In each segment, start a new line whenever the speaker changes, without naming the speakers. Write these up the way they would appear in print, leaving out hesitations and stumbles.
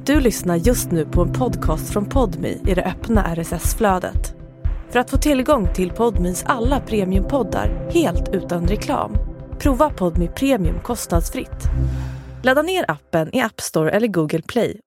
Du lyssnar just nu på en podcast från Podme i det öppna RSS-flödet. För att få tillgång till Podmes alla premiumpoddar helt utan reklam, prova Podme Premium kostnadsfritt. Ladda ner appen i App Store eller Google Play.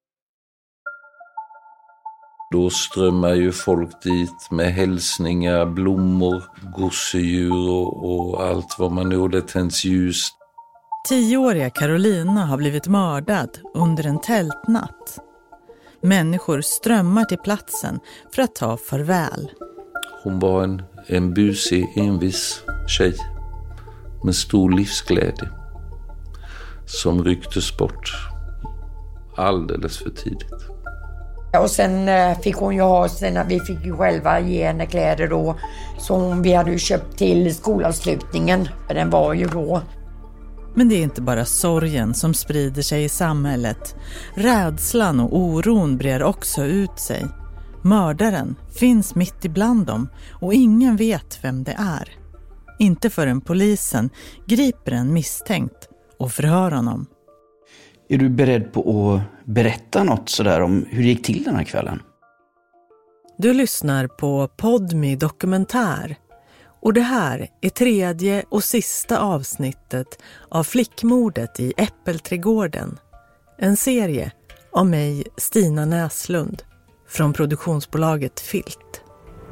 Då strömmar ju folk dit med hälsningar, blommor, gosedjur och allt vad man gjorde, tänds ljus.
10-åriga Carolina har blivit mördad under en tältnatt. Människor strömmar till platsen för att ta farväl.
Hon var en busig, envis tjej med stor livsglädje som rycktes bort alldeles för tidigt.
Och sen fick hon ju ha, vi fick ju själva ge henne kläder då som vi hade ju köpt till skolavslutningen, för den var ju då.
Men det är inte bara sorgen som sprider sig i samhället. Rädslan och oron brer också ut sig. Mördaren finns mitt ibland dem och ingen vet vem det är. Inte förrän polisen griper en misstänkt och förhör honom.
Är du beredd på att berätta något sådär om hur det gick till den här kvällen?
Du lyssnar på Podme Dokumentär. Och det här är 3:e och sista avsnittet av Flickmordet i Äppelträdgården. En serie av mig, Stina Näslund, från produktionsbolaget Filt.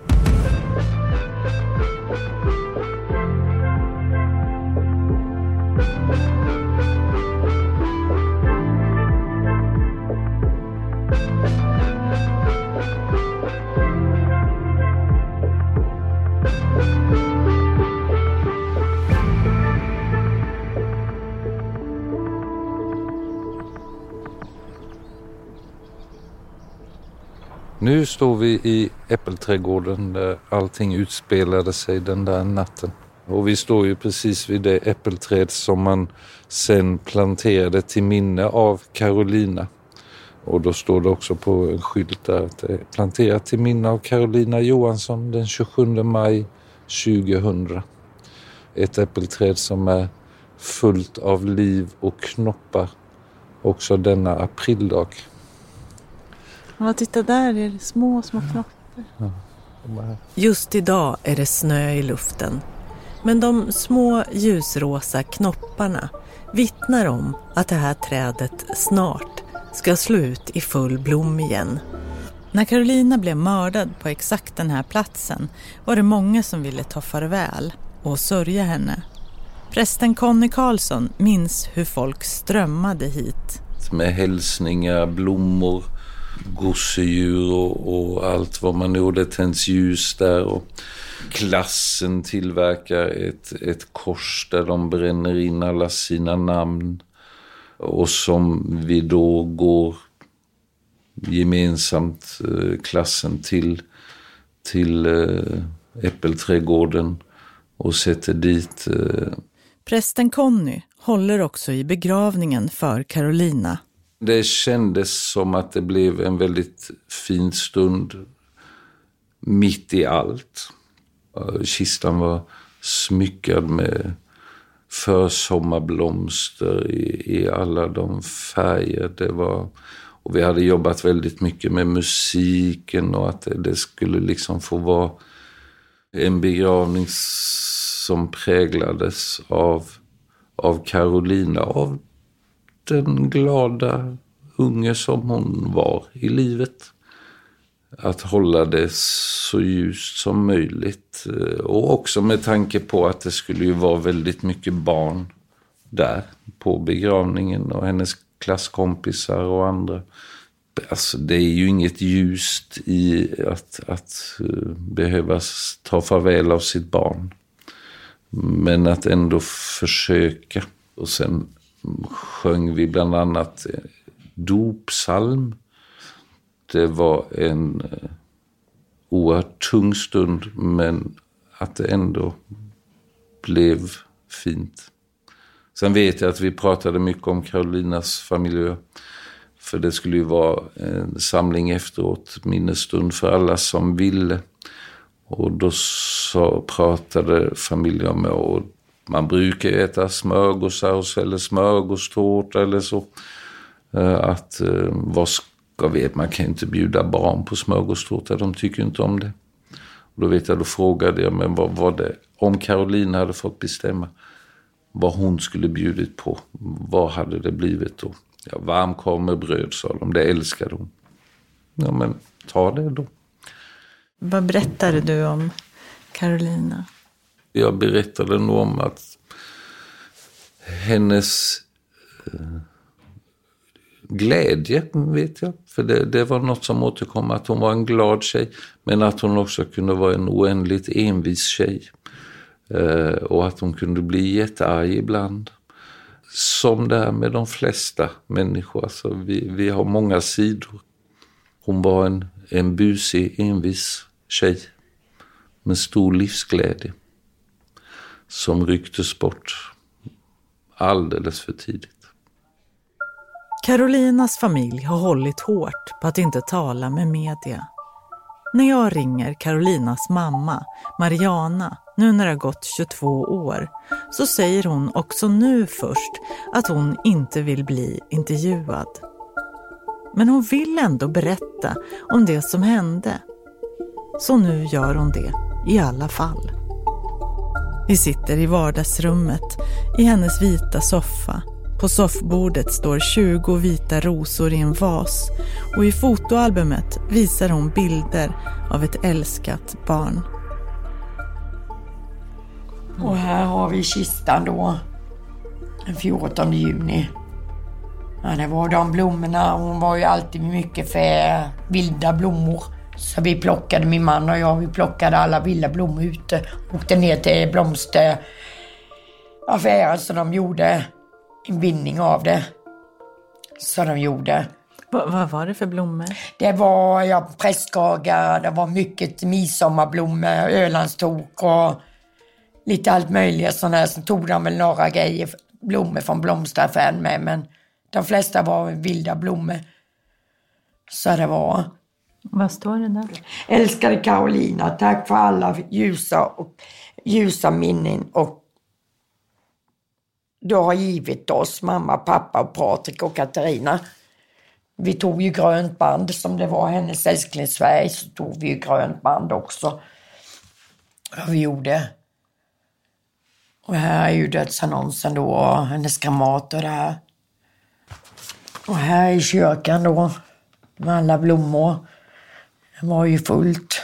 Nu står vi i Äppelträdgården där allting utspelade sig den där natten. Och vi står ju precis vid det äppelträd som man sen planterade till minne av Carolina. Och då står det också på en skylt där att det är planterat till minne av Carolina Johansson den 27 maj 2000. Ett äppelträd som är fullt av liv och knoppar också denna aprildag.
Ja, titta där är det små knoppar.
Ja.
Just idag är det snö i luften. Men de små ljusrosa knopparna vittnar om att det här trädet snart ska slå ut i full blom igen. När Carolina blev mördad på exakt den här platsen var det många som ville ta farväl och sörja henne. Prästen Conny Karlsson minns hur folk strömmade hit.
Med hälsningar, blommor, gosedjur och allt vad man gjorde, tänds ljus där, och klassen tillverkar ett kors där de bränner in alla sina namn och som vi då går gemensamt klassen till Äppelträdgården och sätter dit.
Prästen Conny håller också i begravningen för Carolina.
Det kändes som att det blev en väldigt fin stund mitt i allt. Kistan var smyckad med försommarblomster i alla de färger det var. Och vi hade jobbat väldigt mycket med musiken och att det skulle liksom få vara en begravning som präglades av Carolina, av den glada unge som hon var i livet. Att hålla det så ljust som möjligt. Och också med tanke på att det skulle ju vara väldigt mycket barn där på begravningen och hennes klasskompisar och andra. Alltså det är ju inget ljust i att behöva ta farväl av sitt barn. Men att ändå försöka. Och sen sjöng vi bland annat dopsalm. Det var en oerhört tung stund, men att det ändå blev fint. Sen vet jag att vi pratade mycket om Carolinas familj, för det skulle ju vara en samling efteråt, minnesstund för alla som ville. Och då pratade familjen om, och man brukar äta smörgåsar eller smörgåstårta eller så. Vad ska vi, man kan inte bjuda barn på smörgåstårta, de tycker inte om det. Och då frågade jag, men vad var det, om Carolina hade fått bestämma vad hon skulle bjudit på, vad hade det blivit då? Ja, varmkorv med bröd, sa de, det älskade hon. Ja, men ta det då.
Vad berättade du om Carolina?
Jag berättade nog om att hennes glädje, vet jag. För det var något som återkom, att hon var en glad tjej. Men att hon också kunde vara en oändligt envis tjej. Och att hon kunde bli jättearg ibland. Som det är med de flesta människor. Alltså vi har många sidor. Hon var en busig, envis tjej. Med stor livsglädje. Som rycktes bort alldeles för tidigt.
Carolinas familj har hållit hårt på att inte tala med media. När jag ringer Carolinas mamma, Mariana, nu när det har gått 22 år, så säger hon också nu först att hon inte vill bli intervjuad. Men hon vill ändå berätta om det som hände. Så nu gör hon det i alla fall. Vi sitter i vardagsrummet i hennes vita soffa. På soffbordet står 20 vita rosor i en vas och i fotoalbumet visar hon bilder av ett älskat barn.
Och här har vi kistan då, den 14 juni. Ja, det var de blommorna, hon var ju alltid mycket för vilda blommor. Så vi plockade, min man och jag, vi plockade alla vilda blommor ute. Åkte ner till blomsteraffären så de gjorde en bindning av det. Så de gjorde.
Vad var det för blommor?
Det var prästkragar, det var mycket midsommarblommor, ölandstok och lite allt möjligt sådana här. Sen tog de väl några grejer, blommor från blomsteraffären med, men de flesta var vilda blommor. Så det var.
Vad står det där?
Älskade Carolina, tack för alla ljusa minnen och du har givit oss, mamma, pappa, Patrik och Katarina. Vi tog ju grönt band som det var hennes älsklingsfärg, så tog vi ju grönt band också. Ja, vi gjorde. Och här är ju dödsannonsen då, och hennes grammat och det här. Och här är kyrkan då, med alla blommor. Det var ju fullt.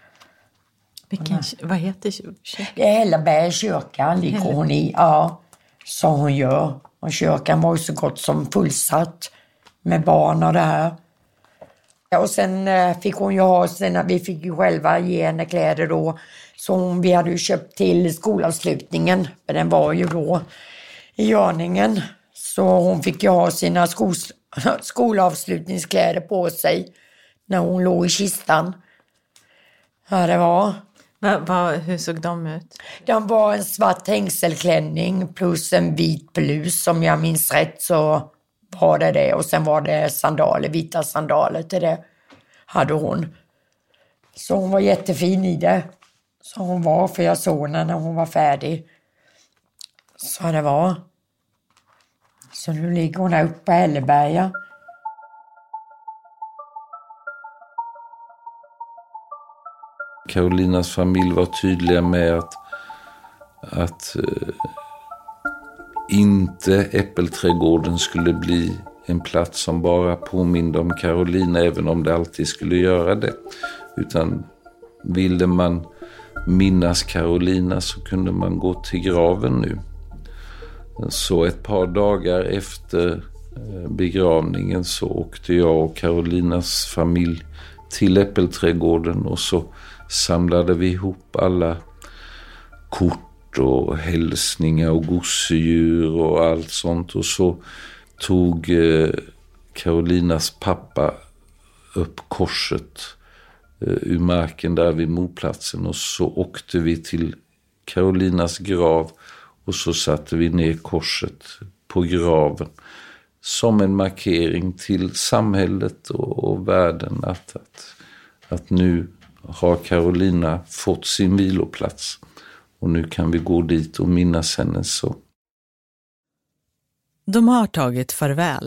Vad heter kyrkan?
Det är Hällebergs kyrka, ligger hon i, ja. Som hon gör. Och kyrkan var ju så gott som fullsatt med barn och det här. Och sen fick hon ju ha, vi fick ju själva ge henne kläder då. Som vi hade ju köpt till skolavslutningen. För den var ju då i görningen. Så hon fick ju ha sina skolavslutningskläder på sig. När hon låg i kistan. Ja, det var.
Hur såg de ut?
De var en svart hängselklänning plus en vit blus, som jag minns rätt så var det. Och sen var det sandaler, vita sandaler till det hade hon. Så hon var jättefin i det. Så hon var, för jag såg henne när hon var färdig. Så det var. Så nu ligger hon här uppe på Hälleberga.
Carolinas familj var tydliga med att inte Äppelträdgården skulle bli en plats som bara påminner om Carolina, även om det alltid skulle göra det. Utan ville man minnas Carolina så kunde man gå till graven nu. Så ett par dagar efter begravningen så åkte jag och Carolinas familj till Äppelträdgården och så samlade vi ihop alla kort och hälsningar och gosedjur och allt sånt. Och så tog Carolinas pappa upp korset ur marken där vid mordplatsen. Och så åkte vi till Carolinas grav och så satte vi ner korset på graven. Som en markering till samhället och världen att nu har Carolina fått sin viloplats och nu kan vi gå dit och minnas henne så.
De har tagit farväl,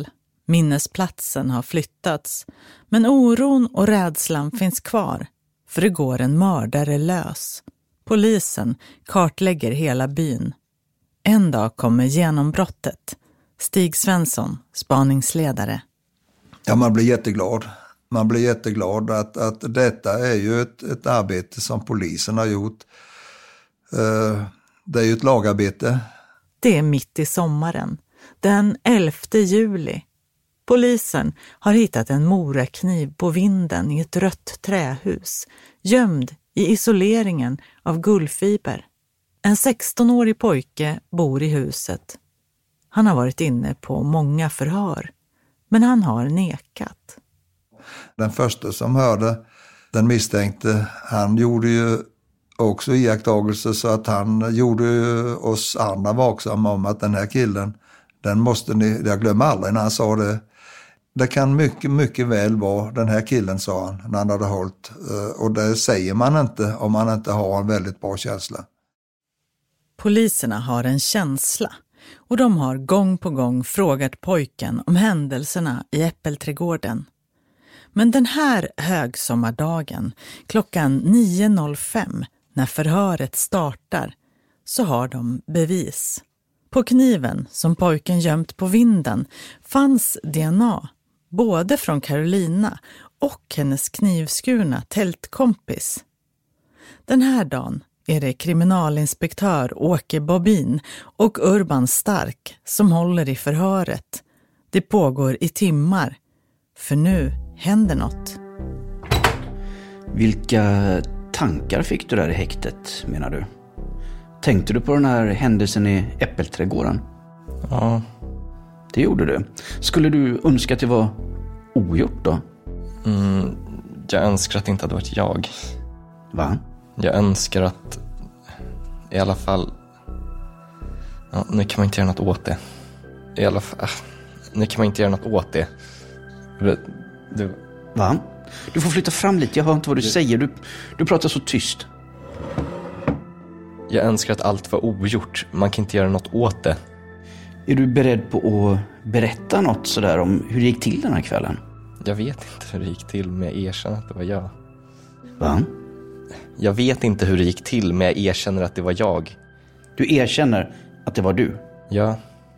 Minnesplatsen har flyttats, men oron och rädslan finns kvar, för det går en mördare lös. Polisen kartlägger hela byn. En dag kommer genombrottet. Stig Svensson, spaningsledare.
Ja, man blir jätteglad. Man blir jätteglad att detta är ju ett arbete som polisen har gjort. Det är ju ett lagarbete.
Det är mitt i sommaren, den 11 juli. Polisen har hittat en morakniv på vinden i ett rött trähus, gömd i isoleringen av gullfiber. En 16-årig pojke bor i huset. Han har varit inne på många förhör, men han har nekat.
Den första som hörde den misstänkte, han gjorde ju också iakttagelser, så att han gjorde ju oss andra vaksamma om att den här killen, den måste ni, jag glömmer aldrig när han sa det. Det kan mycket, mycket väl vara den här killen, sa han när han hade hållit. Och det säger man inte om man inte har en väldigt bra känsla.
Poliserna har en känsla och de har gång på gång frågat pojken om händelserna i Äppelträdgården. Men den här högsommardagen, klockan 9.05, när förhöret startar, så har de bevis. På kniven som pojken gömt på vinden fanns DNA, både från Carolina och hennes knivskurna tältkompis. Den här dagen är det kriminalinspektör Åke Bobin och Urban Stark som håller i förhöret. Det pågår i timmar, för nu händer något.
Vilka tankar fick du där i häktet, menar du? Tänkte du på den här händelsen i Äppelträdgården?
Ja.
Det gjorde du. Skulle du önska att det var ogjort då?
Jag önskar att det inte hade varit jag.
Va?
Jag önskar att i alla fall... Ja, nu kan man inte göra något åt det. I alla fall... Nu kan man inte göra något åt det.
Va? Du får flytta fram lite, jag hör inte vad du säger. Du pratar så tyst.
Jag önskar att allt var ogjort. Man kan inte göra något åt det.
Är du beredd på att berätta något sådär om hur det gick till den här kvällen?
Jag vet inte hur det gick till, men jag erkänner att det var jag.
Va?
Jag vet inte hur det gick till, men jag erkänner att det var jag.
Du erkänner att det var du?
Ja.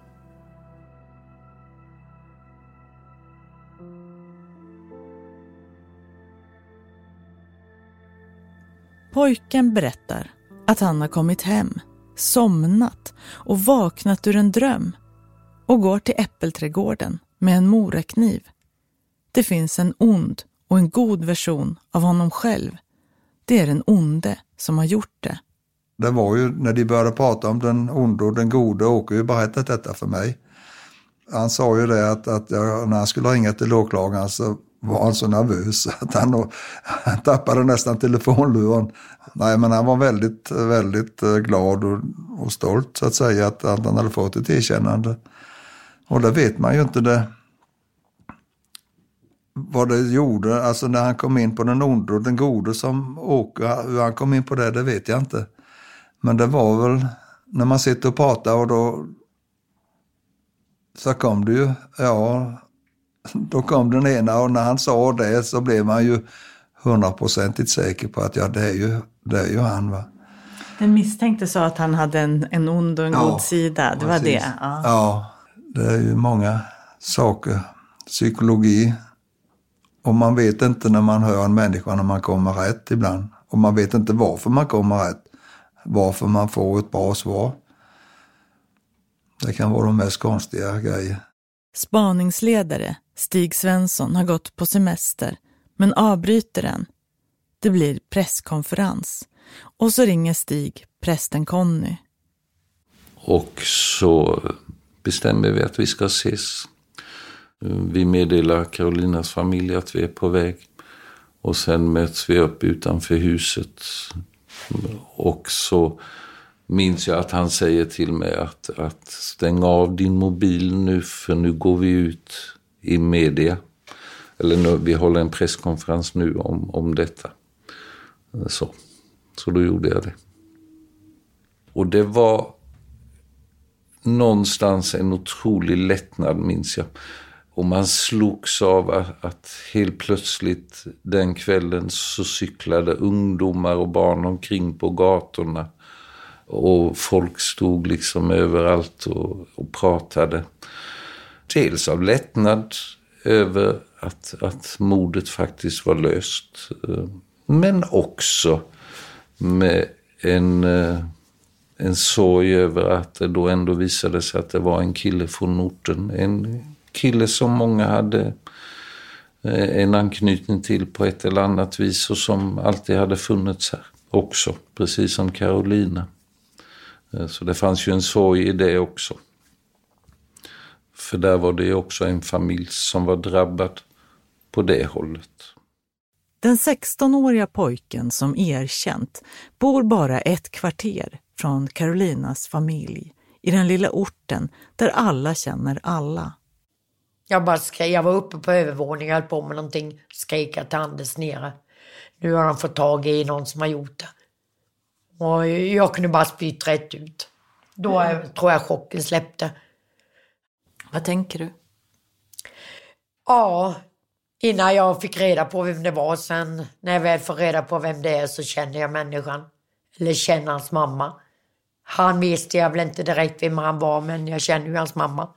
Pojken berättar att han har kommit hem, somnat och vaknat ur en dröm och går till Äppelträdgården med en morakniv. Det finns en ond och en god version av honom själv. Det är den onde som har gjort det.
Det var ju när de började prata om den onde och den gode, Åke ju berättat detta för mig. Han sa ju det att när han skulle ringa till åklagaren så var han så nervös att han tappade nästan telefonluren. Nej, men han var väldigt, väldigt glad och stolt så att säga att han hade fått ett erkännande. Och det vet man ju inte det. Vad det gjorde, alltså när han kom in på den onde och den gode som Åke, hur han kom in på det vet jag inte. Men det var väl när man sitter och pratar och då så kom det ju, då kom den ena och när han sa det så blev man ju 100% säker på att det är ju han, va.
Den misstänkte sa att han hade en ond och en god sida, det var det.
Ja, det är ju många saker, psykologi. Och man vet inte när man hör en människa när man kommer rätt ibland. Och man vet inte varför man kommer rätt. Varför man får ett bra svar. Det kan vara de mest konstiga grejer.
Spaningsledare Stig Svensson har gått på semester men avbryter den. Det blir presskonferens. Och så ringer Stig prästen Conny.
Och så bestämmer vi att vi ska ses. Vi meddelar Carolinas familj att vi är på väg. Och sen möts vi upp utanför huset. Och så minns jag att han säger till mig att stäng av din mobil nu, för nu går vi ut i media. Eller nu, vi håller en presskonferens nu om detta. Så då gjorde jag det. Och det var någonstans en otrolig lättnad, minns jag. Och man slogs av att helt plötsligt den kvällen så cyklade ungdomar och barn omkring på gatorna. Och folk stod liksom överallt och pratade. Dels av lättnad över att mordet faktiskt var löst. Men också med en sorg över att det då ändå visade sig att det var en kille från orten. En kille som många hade en anknytning till på ett eller annat vis och som alltid hade funnits här också, precis som Carolina. Så det fanns ju en sorg i det också. För där var det också en familj som var drabbad på det hållet.
Den 16-åriga pojken som erkänt bor bara ett kvarter från Carolinas familj i den lilla orten där alla känner alla.
Jag bara skrek, jag var uppe på övervåningen, höll på med någonting, skrek att Anders nere. Nu har de fått tag i någon som har gjort det. Och jag kunde bara spyt rätt ut. Då tror jag chocken släppte.
Vad tänker du?
Ja, innan jag fick reda på vem det var, sen när jag väl får reda på vem det är så känner jag människan. Eller känner hans mamma. Han visste jag väl inte direkt vem han var, men jag känner ju hans mamma.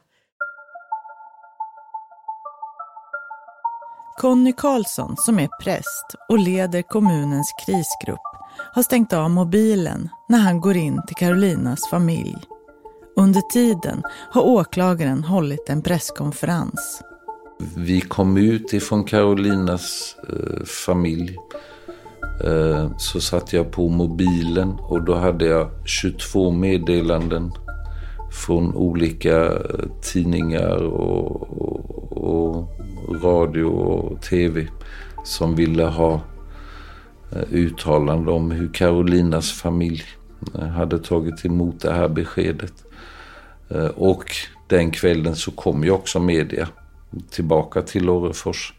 Conny Karlsson, som är präst och leder kommunens krisgrupp, har stängt av mobilen när han går in till Carolinas familj. Under tiden har åklagaren hållit en presskonferens.
Vi kom ut ifrån Carolinas familj. Så satte jag på mobilen och då hade jag 22 meddelanden från olika tidningar och radio och tv som ville ha uttalande om hur Carolinas familj hade tagit emot det här beskedet. Och den kvällen så kom ju också media tillbaka till Orrefors.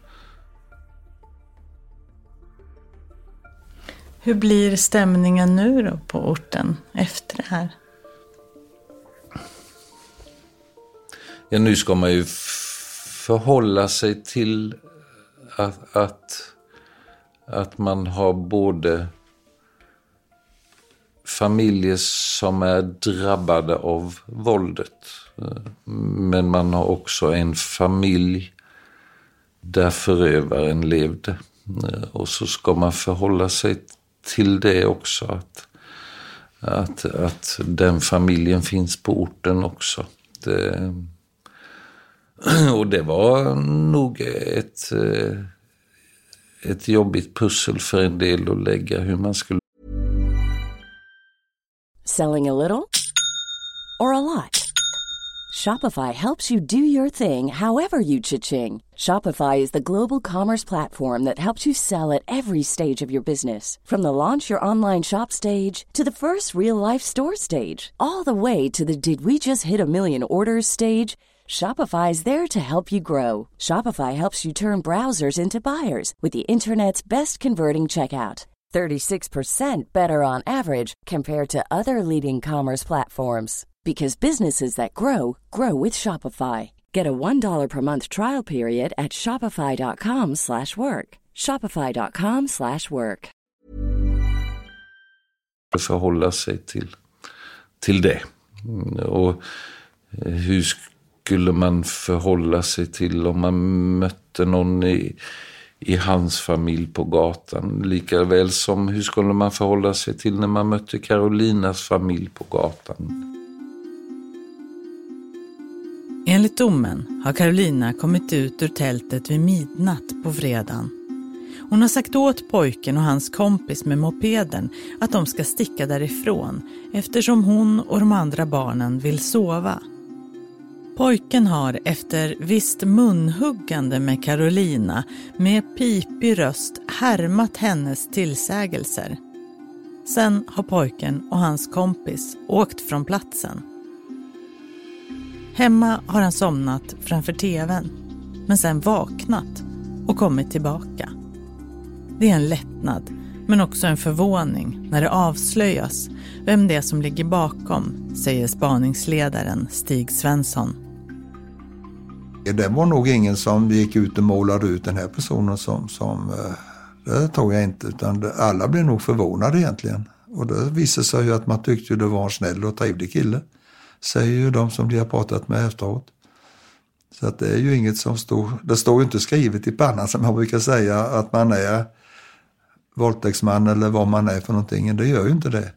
Hur blir stämningen nu då på orten efter det här?
Ja, nu ska man ju förhålla sig till att man har både familjer som är drabbade av våldet, men man har också en familj där förövaren levde. Och så ska man förhålla sig till det också, att den familjen finns på orten också. Och det var nog ett jobbigt pussel för en del att lägga hur man skulle.
Selling a little or a lot? Shopify helps you do your thing however you cha-ching. Shopify is the global commerce platform that helps you sell at every stage of your business. From the launch your online shop stage to the first real-life store stage, all the way to the did we just hit a million orders stage. Shopify is there to help you grow. Shopify helps you turn browsers into buyers with the internet's best converting checkout. 36% better on average compared to other leading commerce platforms. Because businesses that grow, grow with Shopify. Get a $1 per month trial period at shopify.com/work. Shopify.com/work.
Förhålla sig till det. Och hur skulle man förhålla sig till om man mötte någon i hans familj på gatan? Lika väl som hur skulle man förhålla sig till när man mötte Carolinas familj på gatan?
Enligt domen har Carolina kommit ut ur tältet vid midnatt på fredagen. Hon har sagt åt pojken och hans kompis med mopeden att de ska sticka därifrån eftersom hon och de andra barnen vill sova. Pojken har efter visst munhuggande med Carolina med pipig röst härmat hennes tillsägelser. Sen har pojken och hans kompis åkt från platsen. Hemma har han somnat framför tvn, men sen vaknat och kommit tillbaka. Det är en lättnad, men också en förvåning när det avslöjas vem det är som ligger bakom, säger spaningsledaren Stig Svensson.
Det var nog ingen som gick ut och målade ut den här personen som det tror jag inte, utan alla blev nog förvånade egentligen. Och det visade sig ju att man tyckte det var en snäll och trevlig kille, säger ju de som de har pratat med efteråt. Så att det är ju inget som det står ju inte skrivet i pannan som man brukar säga att man är våldtäktsman eller vad man är för någonting. Det gör ju inte det.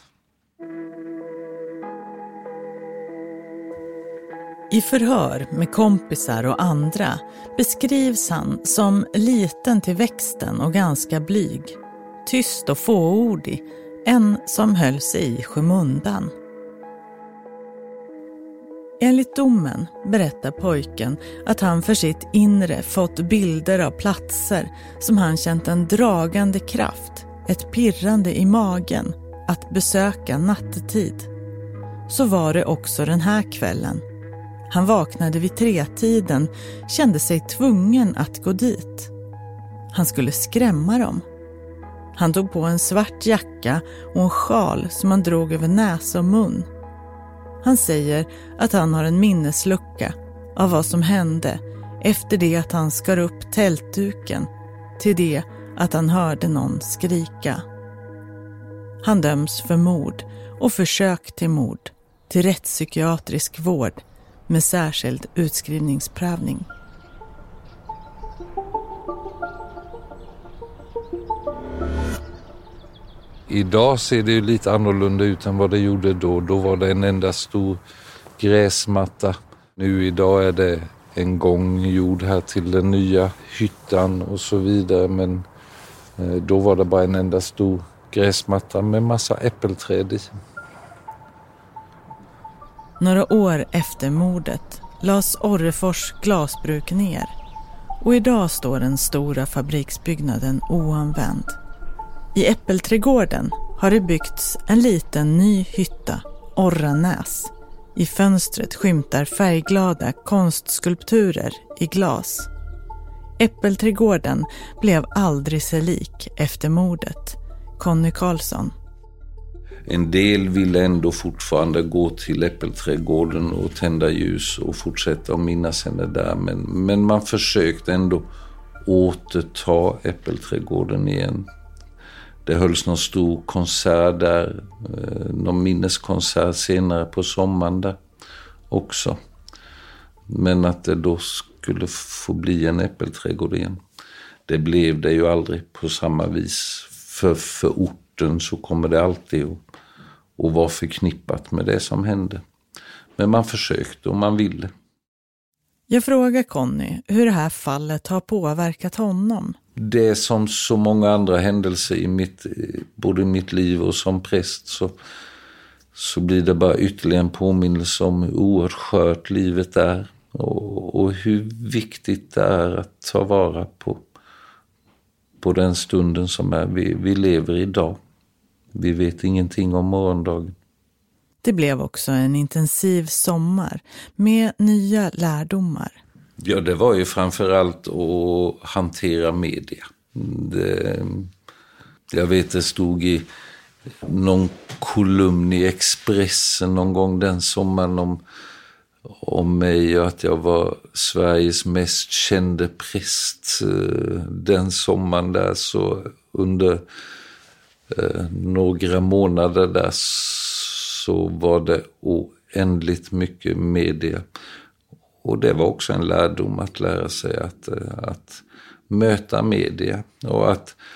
I förhör med kompisar och andra beskrivs han som liten till växten och ganska blyg. Tyst och fåordig, en som höll sig i skymundan. Enligt domen berättar pojken att han för sitt inre fått bilder av platser som han känt en dragande kraft, ett pirrande i magen, att besöka nattetid. Så var det också den här kvällen. Han vaknade vid 3-tiden, kände sig tvungen att gå dit. Han skulle skrämma dem. Han tog på en svart jacka och en sjal som han drog över näsa och mun. Han säger att han har en minneslucka av vad som hände efter det att han skar upp tältduken till det att han hörde någon skrika. Han döms för mord och försök till mord till rättspsykiatrisk vård med särskild utskrivningsprövning.
Idag ser det ju lite annorlunda ut än vad det gjorde då. Då var det en enda stor gräsmatta. Nu idag är det en gång gjord här till den nya hyttan och så vidare. Men då var det bara en enda stor gräsmatta med massa äppelträd i.
Några år efter mordet lades Orrefors glasbruk ner. Och idag står den stora fabriksbyggnaden oanvänd. I Äppelträdgården har det byggts en liten ny hytta, Orranäs. I fönstret skymtar färgglada konstskulpturer i glas. Äppelträdgården blev aldrig sig lik efter mordet. Conny Karlsson.
En del ville ändå fortfarande gå till Äppelträdgården och tända ljus och fortsätta att minnas henne där. Men man försökte ändå återta Äppelträdgården igen. Det hölls någon stor konsert där, någon minneskonsert senare på sommaren där också. Men att det då skulle få bli en äppelträdgård igen. Det blev det ju aldrig på samma vis. För orten så kommer det alltid att vara förknippat med det som hände. Men man försökte och man ville.
Jag frågar Conny hur det här fallet har påverkat honom.
Det är som så många andra händelser i både i mitt liv och som präst så blir det bara ytterligare en påminnelse om hur oerhört skört livet är och hur viktigt det är att ta vara på den stunden som vi lever idag. Vi vet ingenting om morgondagen.
Det blev också en intensiv sommar med nya lärdomar.
Ja, det var ju framförallt att hantera media. Jag vet det stod i någon kolumn i Expressen någon gång den sommaren om mig och att jag var Sveriges mest kände präst den sommaren där. Så under några månader där så var det oändligt mycket media. Och det var också en lärdom att lära sig att möta media och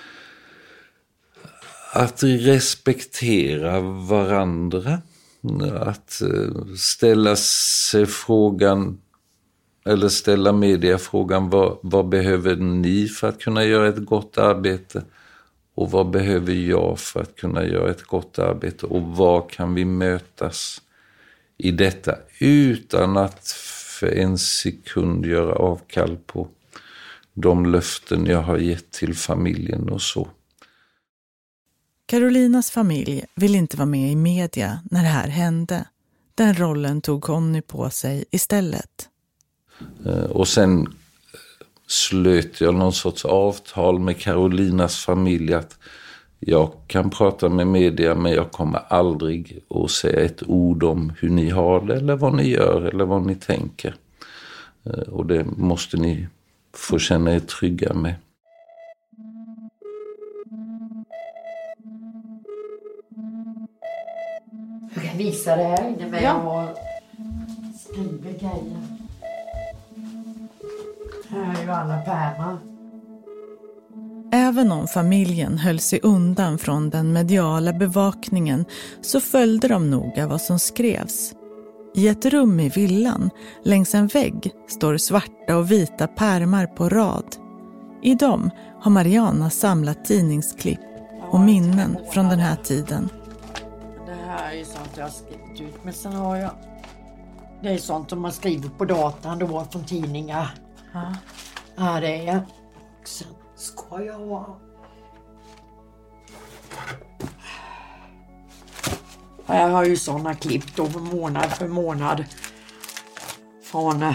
att respektera varandra. Att ställa sig frågan eller ställa media frågan vad behöver ni för att kunna göra ett gott arbete och vad behöver jag för att kunna göra ett gott arbete och vad kan vi mötas i detta utan att för en sekund göra avkall på de löften jag har gett till familjen och så.
Carolinas familj vill inte vara med i media när det här hände. Den rollen tog Conny på sig istället.
Och sen slöt jag någon sorts avtal med Carolinas familj att jag kan prata med media men jag kommer aldrig att säga ett ord om hur ni har det eller vad ni gör eller vad ni tänker. Och det måste ni få känna er trygga med.
Jag kan visa det här inne med och skriver grejer. Här är ju alla pärmar.
Även om familjen höll sig undan från den mediala bevakningen så följde de noga vad som skrevs. I ett rum i villan, längs en vägg, står svarta och vita pärmar på rad. I dem har Mariana samlat tidningsklipp och minnen från den här tiden.
Det här är sånt jag har skrivit ut, men sen har jag... Det är sånt som man skriver på datan då från tidningar. Ja, det är... Sen ska jag ha... Jag har ju såna klipp då månad för månad. Från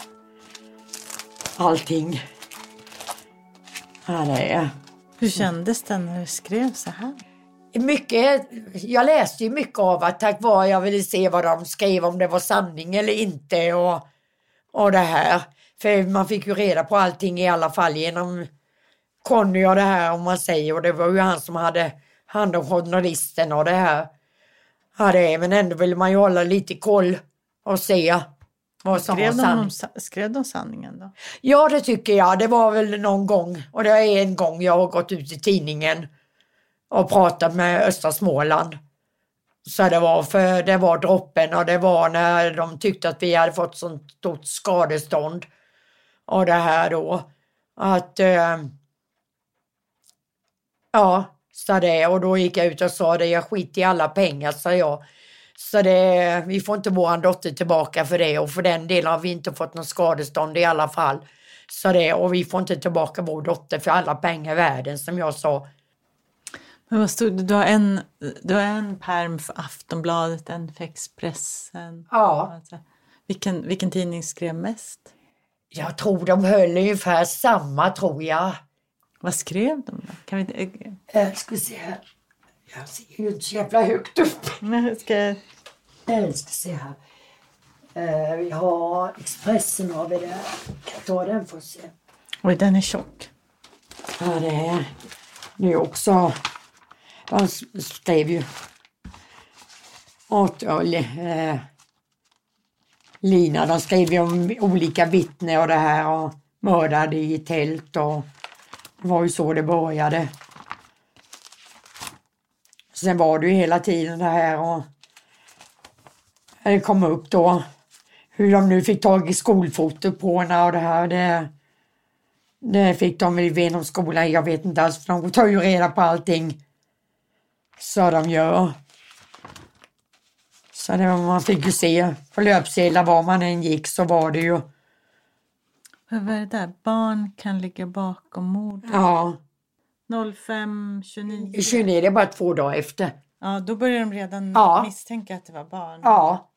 allting. Ja, det är...
Hur kändes det när du skrev så här?
Mycket, jag läste ju mycket av att tack vare jag ville se vad de skrev, om det var sanning eller inte och det här. För man fick ju reda på allting i alla fall genom Conny och det här, om man säger. Och det var ju han som hade hand om journalisten och det här. Ja, det är, men ändå ville man ju hålla lite koll och se vad som var sanning.
Skrev de sanningen då?
Ja, det tycker jag. Det var väl någon gång, och det är en gång jag har gått ut i tidningen och pratat med Östra Småland. Så det var droppen, och det var när de tyckte att vi hade fått sånt stort skadestånd. Och det här då. Att så det, och då gick jag ut och sa det, jag skit i alla pengar, sa jag. Så det, vi får inte våran dotter tillbaka för det, och för den delen har vi inte fått någon skadestånd i alla fall. Så det, och vi får inte tillbaka vår dotter för alla pengar i världen, som jag sa.
Men vad stod det? Du har en pärm för Aftonbladet, en för Expressen.
Ja.
Vilken tidning skrev mest?
Jag tror de höll ungefär samma, tror jag.
Vad skrev de då? Kan vi...
Jag ska se här. Jag ser ju inte så jävla högt upp.
Jag
ska se här. Vi har Expressen, har vi där. Kan ta den för att se.
Oj, den är tjock.
Ja, det är också... De skrev ju Lina, de skrev ju om olika vittnen och det här, och mördade i tält, och det var ju så det började. Sen var det ju hela tiden det här, och det kom upp då hur de nu fick tag i skolfoto på henne och det här, det fick de väl genom skolan, jag vet inte alls, för de tar ju reda på allting. Så de gör. Så det, man fick ju se på löpsedlar var man än gick, så var det ju.
Vad är det där? Barn kan ligga bakom mord.
Ja.
05:29.
29, det är bara 2 dagar efter.
Ja, då börjar de redan misstänka att det var barn.
Ja.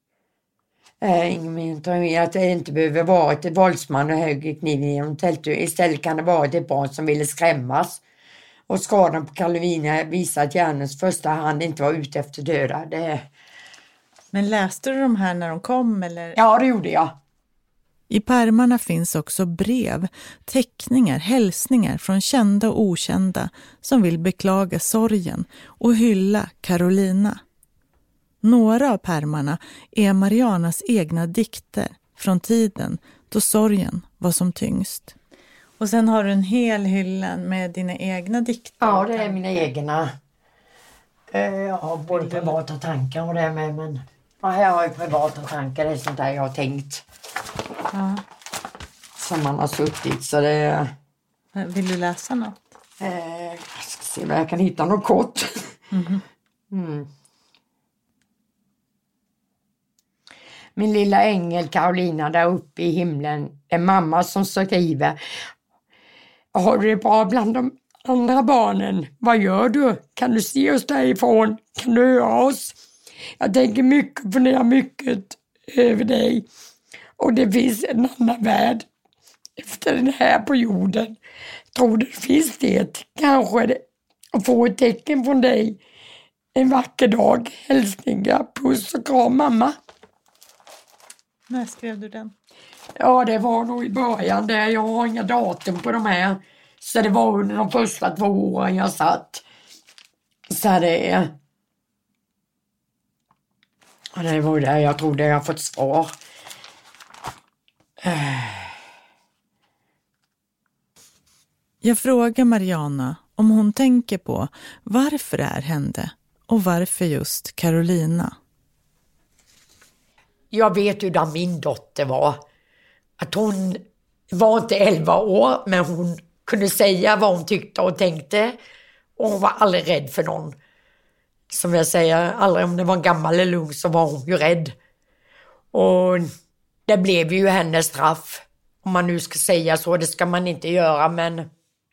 Ingen tror att det inte behöver vara ett våldsman och högg kniv genom tältet. Istället kan det vara ett barn som ville skrämmas. Och skadan på Karolina visar att hjärnens första hand inte var ute efter döda.
Men läste du de här när de kom? Eller?
Ja, det gjorde jag.
I pärmarna finns också brev, teckningar, hälsningar från kända och okända som vill beklaga sorgen och hylla Karolina. Några av pärmarna är Marianas egna dikter från tiden då sorgen var som tyngst. Och sen har du en hel hylla med dina egna dikter.
Ja, det är mina egna. Jag har både privata tankar och det med, men här har jag privata tankar, det är sånt där jag har tänkt.
Ja.
Som man har suttit, så det...
Vill du läsa något?
Jag ska se om jag kan hitta något kort. Min lilla ängel Karolina där uppe i himlen, är mamma som skriver. Har du det bra bland de andra barnen? Vad gör du? Kan du se oss därifrån? Kan du höra oss? Jag tänker mycket och funderar mycket över dig. Och det finns en annan värld efter den här på jorden. Tror du det finns det? Kanske det. Och få ett tecken från dig. En vacker dag. Hälsningar, puss och kram mamma.
När skrev du den?
Ja, det var nog i början där. Jag har inga datum på de här. Så det var under de första 2 åren jag satt. Så det var där jag trodde jag fått svar.
Jag frågar Mariana om hon tänker på varför det här hände och varför just Carolina.
Jag vet hur där min dotter var. Att hon var inte 11 år, men hon kunde säga vad hon tyckte och tänkte. Och hon var aldrig rädd för någon. Som jag säger, aldrig om det var en gammal eller ung så var hon ju rädd. Och det blev ju hennes straff. Om man nu ska säga så, det ska man inte göra, men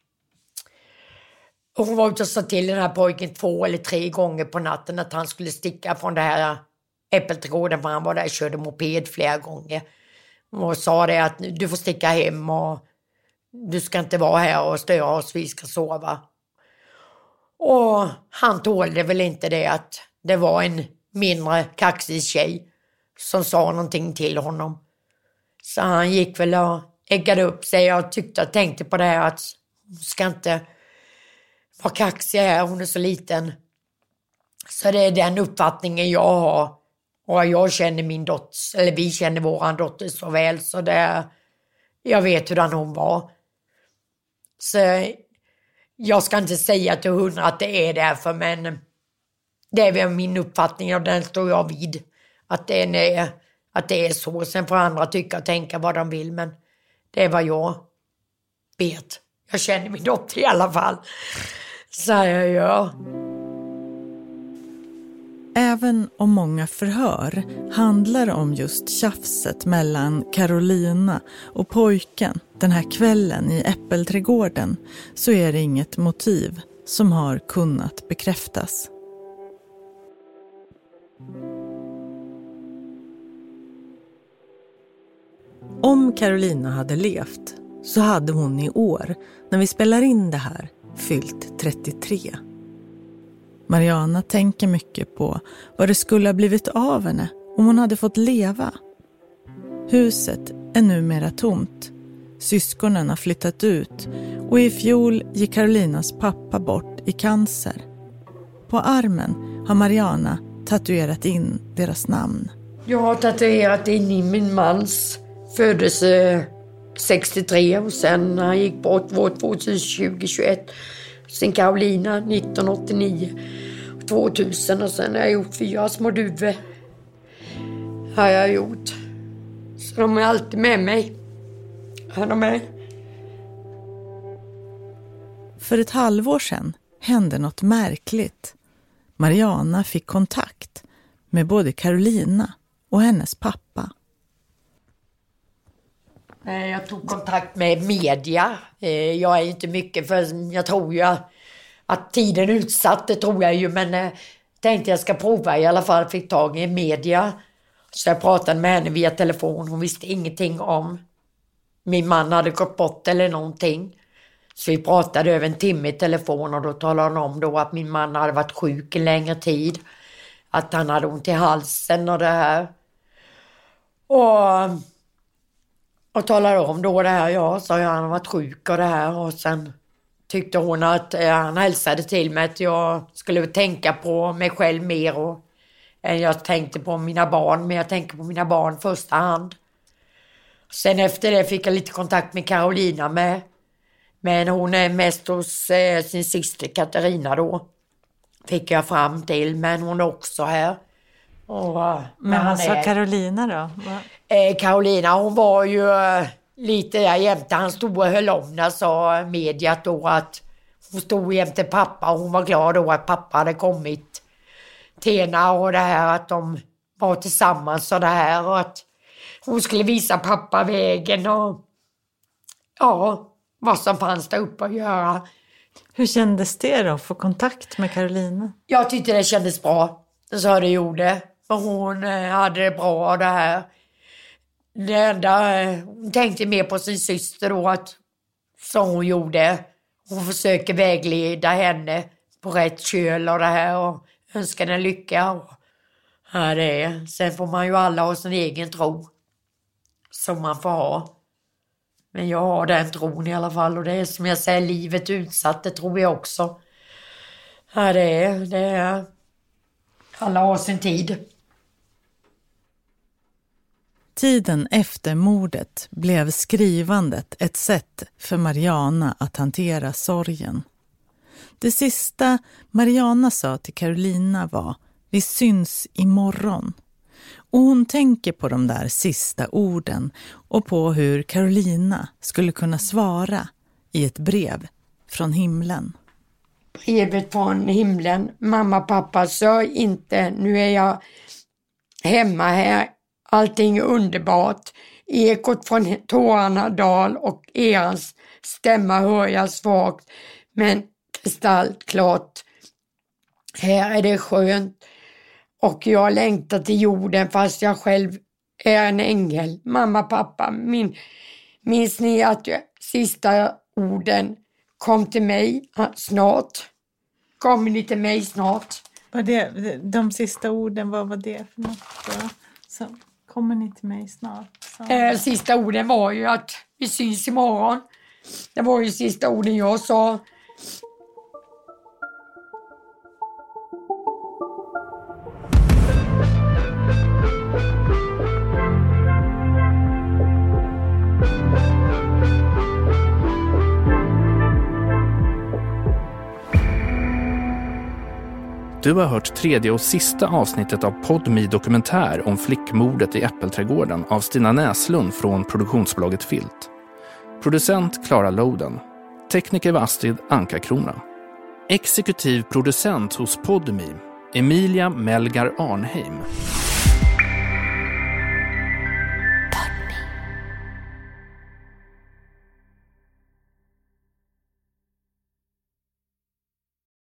hon var ute och sa till den här pojken 2 eller 3 gånger på natten att han skulle sticka från det här äppelträdgården, för han var där och körde moped flera gånger. Och sa det att du får sticka hem och du ska inte vara här och störa oss, vi ska sova. Och han tålde väl inte det, att det var en mindre kaxig tjej som sa någonting till honom. Så han gick väl och äggade upp sig och tänkte på det här att hon ska inte vara kaxig här, hon är så liten. Så det är den uppfattningen jag har. Och jag känner min dotter, eller vi känner våran dotter så väl, så jag vet hur hon var. Så jag ska inte säga till 100 att det är därför, men det är väl min uppfattning och den står jag vid. Att det är så. Sen får andra tycka och tänka vad de vill, men det är vad jag vet. Jag känner min dotter i alla fall. Så jag gör.
Även om många förhör handlar om just tjafset mellan Carolina och pojken den här kvällen i äppelträdgården, så är det inget motiv som har kunnat bekräftas. Om Carolina hade levt så hade hon i år, när vi spelar in det här, fyllt 33. Mariana tänker mycket på vad det skulle ha blivit av henne om hon hade fått leva. Huset är numera tomt. Syskonen har flyttat ut och i fjol gick Carolinas pappa bort i cancer. På armen har Mariana tatuerat in deras namn.
Jag har tatuerat in i min mans födelse 63 och sen han gick bort 2020-21. Sen Carolina 1989 och 2000 och sen har jag gjort 4 små duvor. Har jag gjort. Så de är alltid med mig. Är de med?
För ett halvår sedan hände något märkligt. Mariana fick kontakt med både Carolina och hennes pappa.
Jag tog kontakt med media. Jag är inte mycket för jag tror ju att tiden utsatt, det tror jag ju, men tänkte jag ska prova i alla fall, fick tag i media. Så jag pratade med henne via telefon, hon visste ingenting om min man hade gått bort eller någonting. Så vi pratade över en timme i telefon och då talade hon om då att min man hade varit sjuk en längre tid. Att han hade ont i halsen och det här. Och talade om då det här, ja, så han har varit sjuk och det här. Och sen tyckte hon att han hälsade till mig att jag skulle tänka på mig själv mer än jag tänkte på mina barn. Men jag tänker på mina barn första hand. Sen efter det fick jag lite kontakt med Carolina med. Men hon är mest hos sin syster Katarina då. Fick jag fram till, men hon är också här.
Men vad sa Carolina då?
Carolina, hon var ju lite där jämte. Han stod och höll om när sa mediet då att hon stod jämte pappa. Hon var glad då att pappa hade kommit till henne och det här att de var tillsammans och det här. Och att hon skulle visa pappa vägen och ja, vad som fanns där uppe att göra.
Hur kändes det då att få kontakt med Carolina?
Jag tyckte det kändes bra. Så det gjorde. Och hon hade det bra och det här. Det enda, hon tänkte mer på sin syster då att som hon gjorde. Hon försöker vägleda henne på rätt köl och det här och önskar henne lycka. Och, ja, det är. Sen får man ju alla ha sin egen tro. som man får ha. Men jag har den tron i alla fall, och det är som jag säger, livet utsatt, det tror jag också. Ja, det är alla har sin tid.
Tiden efter mordet blev skrivandet ett sätt för Mariana att hantera sorgen. Det sista Mariana sa till Carolina var: vi syns imorgon. Och hon tänker på de där sista orden och på hur Carolina skulle kunna svara i ett brev från himlen.
Brevet från himlen: mamma, pappa, sörj inte, nu är jag hemma här. Allting är underbart. Ekot från tårarna dal och erans stämma hör jag svagt, men kristallklart. Här är det skönt och jag längtar till jorden fast jag själv är en ängel. Mamma, pappa, minns ni att sista orden kom till mig snart? Kommer ni till mig snart?
De sista orden, vad var det för något då? Så, kommer ni till mig snart?
Sista orden var ju att vi syns imorgon. Det var ju sista orden jag sa.
Du har hört tredje och sista avsnittet av Podmi dokumentär om flickmordet i Äppelträdgården av Stina Näslund från produktionsbolaget Filt. Producent Clara Loden. Tekniker var Astrid Anka-Krona. Exekutiv producent hos Podmi Emilia Melgar Arnheim.